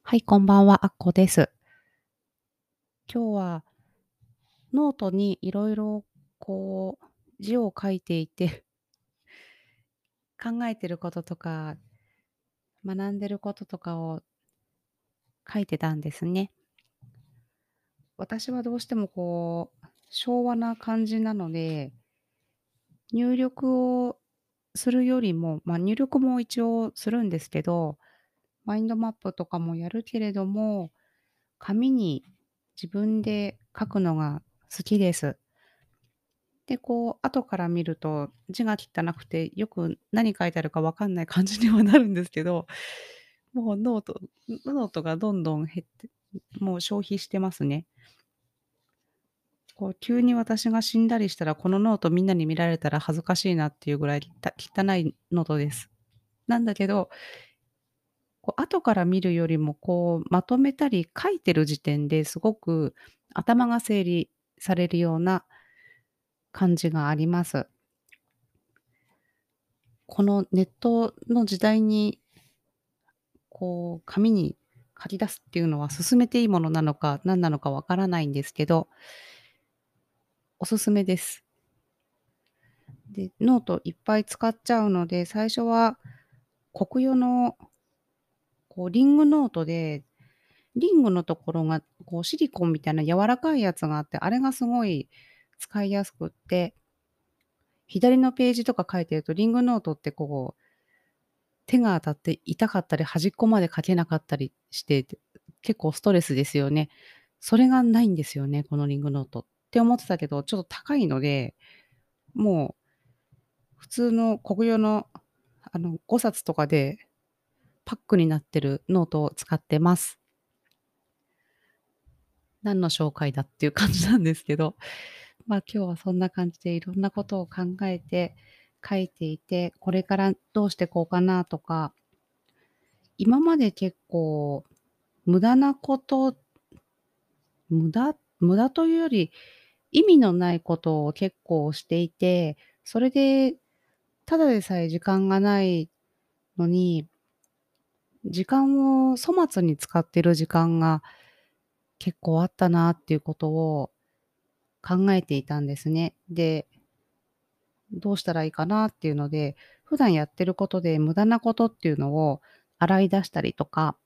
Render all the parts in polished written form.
はい、こんばんは、あっこです。今日はノートにいろいろこう字を書いていて、考えてることとか、学んでることとかを書いてたんですね。私はどうしても昭和な感じなので、入力をするよりも、入力も一応するんですけど、マインドマップとかもやるけれども、紙に自分で書くのが好きです。で、後から見ると字が汚くて、よく何書いてあるか分かんない感じにはなるんですけど、もうノートがどんどん減って、もう消費してますね。急に私が死んだりしたら、このノートみんなに見られたら恥ずかしいなっていうぐらい、汚いノートです。なんだけど、後から見るよりも、まとめたり書いてる時点ですごく頭が整理されるような感じがあります。このネットの時代に紙に書き出すっていうのは勧めていいものなのか、何なのかわからないんですけど、おすすめです。で、ノートいっぱい使っちゃうので、最初は国用のリングノートで、リングのところがシリコンみたいな柔らかいやつがあって、あれがすごい使いやすくって、左のページとか書いてると、リングノートって手が当たって痛かったり、端っこまで書けなかったりして、結構ストレスですよね。それがないんですよね、このリングノートって思ってたけど、ちょっと高いので、もう普通の国用の5冊とかでパックになってるノートを使ってます。何の紹介だっていう感じなんですけど、今日はそんな感じでいろんなことを考えて書いていて、これからどうしてこうかなとか、今まで結構無駄なこと無駄というより、意味のないことを結構していて、それで、ただでさえ時間がないのに、時間を粗末に使ってる時間が結構あったなっていうことを考えていたんですね。で、どうしたらいいかなっていうので、普段やってることで無駄なことっていうのを洗い出したりとか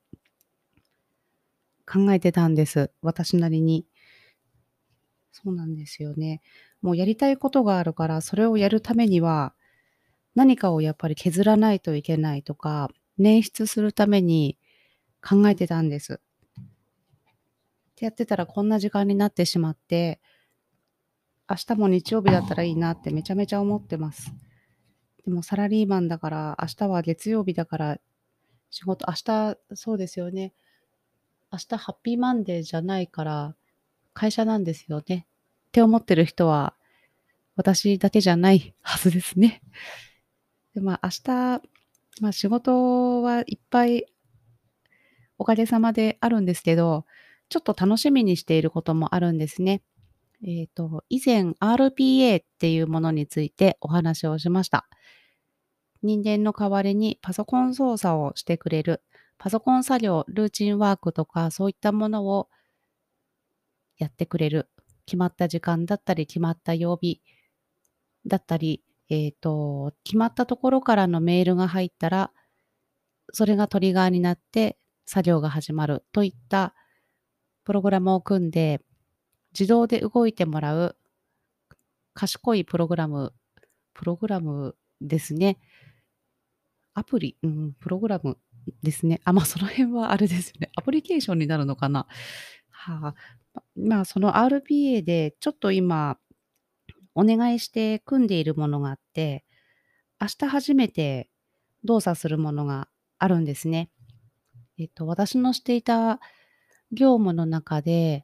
考えてたんです。私なりに。そうなんですよね。もうやりたいことがあるから、それをやるためには、何かをやっぱり削らないといけないとか、捻出するために考えてたんです。ってやってたらこんな時間になってしまって、明日も日曜日だったらいいなってめちゃめちゃ思ってます。でもサラリーマンだから、明日は月曜日だから明日そうですよね。明日ハッピーマンデーじゃないから、会社なんですよね。って思ってる人は、私だけじゃないはずですね。で、明日、仕事はいっぱいおかげさまであるんですけど、ちょっと楽しみにしていることもあるんですね。以前 RPA っていうものについてお話をしました。人間の代わりにパソコン操作をしてくれる、パソコン作業、ルーチンワークとかそういったものをやってくれる。決まった時間だったり、決まった曜日だったり、決まったところからのメールが入ったら、それがトリガーになって作業が始まるといったプログラムを組んで、自動で動いてもらう賢いプログラムですね。アプリ、プログラムですね。その辺はあれですよね。アプリケーションになるのかな。はあ。その RPA でちょっと今お願いして組んでいるものがあって、明日初めて動作するものがあるんですね。私のしていた業務の中で、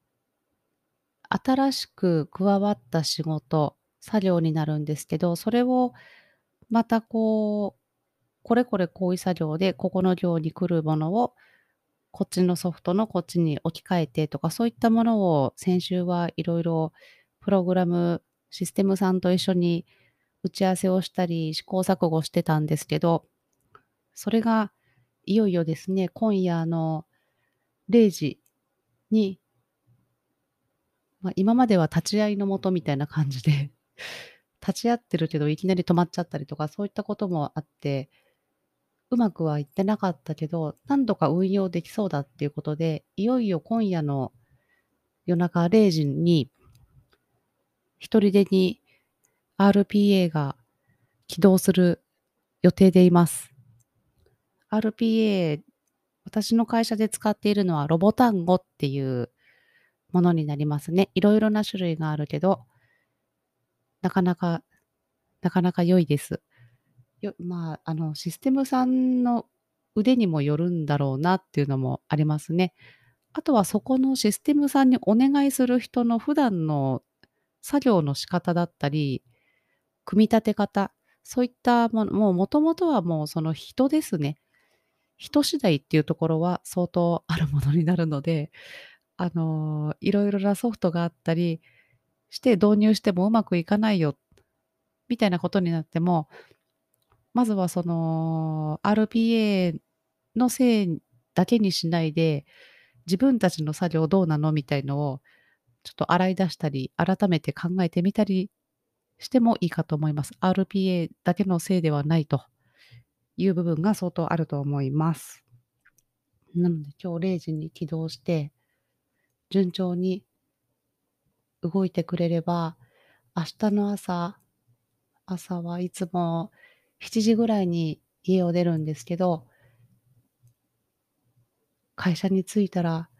新しく加わった仕事、作業になるんですけど、それをまたこれこれこういう作業で、ここの行に来るものを、こっちのソフトのこっちに置き換えてとか、そういったものを先週はいろいろプログラム、システムさんと一緒に打ち合わせをしたり、試行錯誤してたんですけど、それがいよいよですね、今夜の 0時に、今までは立ち会いのもとみたいな感じで、立ち会ってるけどいきなり止まっちゃったりとか、そういったこともあって、うまくはいってなかったけど、何度か運用できそうだっていうことで、いよいよ今夜の夜中0時に一人でに RPA が起動する予定でいます。RPA、私の会社で使っているのはロボタンゴっていうものになりますね。いろいろな種類があるけど、なかなかなかなか良いです。システムさんの腕にもよるんだろうなっていうのもありますね。あとはそこのシステムさんにお願いする人の普段の作業の仕方だったり、組み立て方、そういったもの、もともとはもうその人ですね。人次第っていうところは相当あるものになるので、いろいろなソフトがあったりして導入してもうまくいかないよみたいなことになっても、まずはその RPA のせいだけにしないで、自分たちの作業どうなのみたいのをちょっと洗い出したり、改めて考えてみたりしてもいいかと思います。RPA だけのせいではないという部分が相当あると思います。なので今日0時に起動して、順調に動いてくれれば、明日の朝はいつも7時ぐらいに家を出るんですけど、会社に着いたら、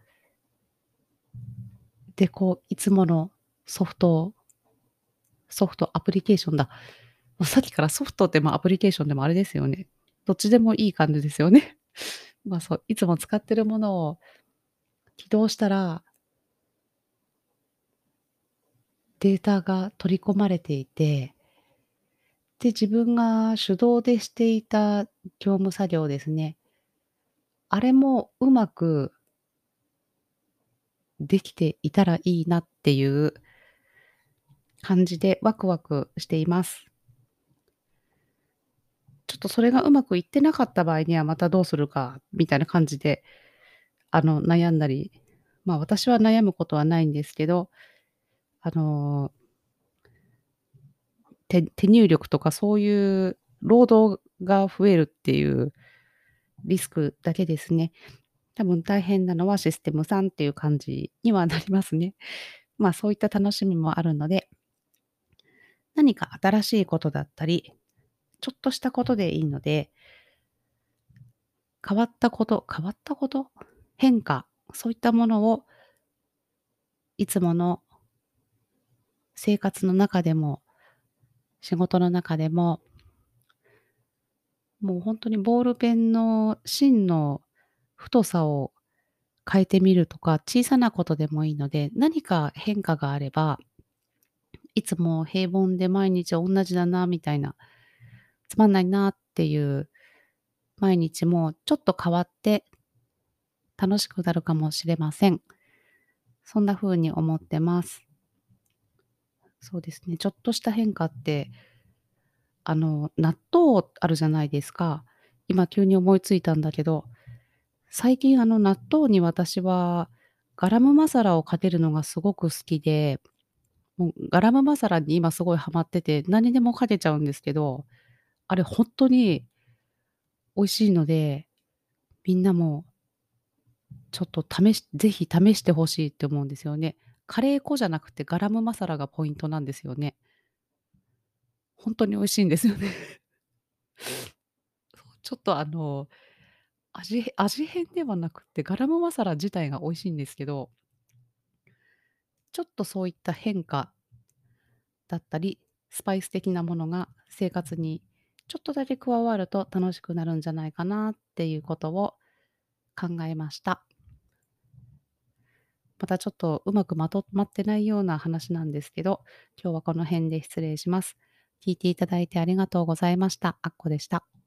で、いつものソフトアプリケーションだ。もうさっきからソフトでもアプリケーションでもあれですよね。どっちでもいい感じですよね。そう、いつも使ってるものを起動したら、データが取り込まれていて、で、自分が手動でしていた業務作業ですね。あれもうまくできていたらいいなっていう感じでワクワクしています。ちょっとそれがうまくいってなかった場合にはまたどうするかみたいな感じで、悩んだり、私は悩むことはないんですけど、あの、手入力とかそういう労働が増えるっていうリスクだけですね。多分大変なのはシステムさんっていう感じにはなりますね。そういった楽しみもあるので、何か新しいことだったり、ちょっとしたことでいいので、変わったこと、変化、そういったものをいつもの生活の中でも、仕事の中でも、もう本当にボールペンの芯の太さを変えてみるとか、小さなことでもいいので、何か変化があれば、いつも平凡で毎日同じだなみたいな、つまんないなっていう毎日もちょっと変わって楽しくなるかもしれません。そんな風に思ってます。そうですね、ちょっとした変化って、納豆あるじゃないですか。今急に思いついたんだけど、最近納豆に私はガラムマサラをかけるのがすごく好きで、もうガラムマサラに今すごいハマってて、何にでもかけちゃうんですけど、あれほんとに美味しいので、みんなもちょっとぜひ試して欲しいって思うんですよね。カレー粉じゃなくてガラムマサラがポイントなんですよね。ほんとに美味しいんですよね。ちょっと味変ではなくて、ガラムマサラ自体が美味しいんですけど、ちょっとそういった変化だったり、スパイス的なものが生活にちょっとだけ加わると楽しくなるんじゃないかなっていうことを考えました。またちょっとうまくまとまってないような話なんですけど、今日はこの辺で失礼します。聞いていただいてありがとうございました。あっこでした。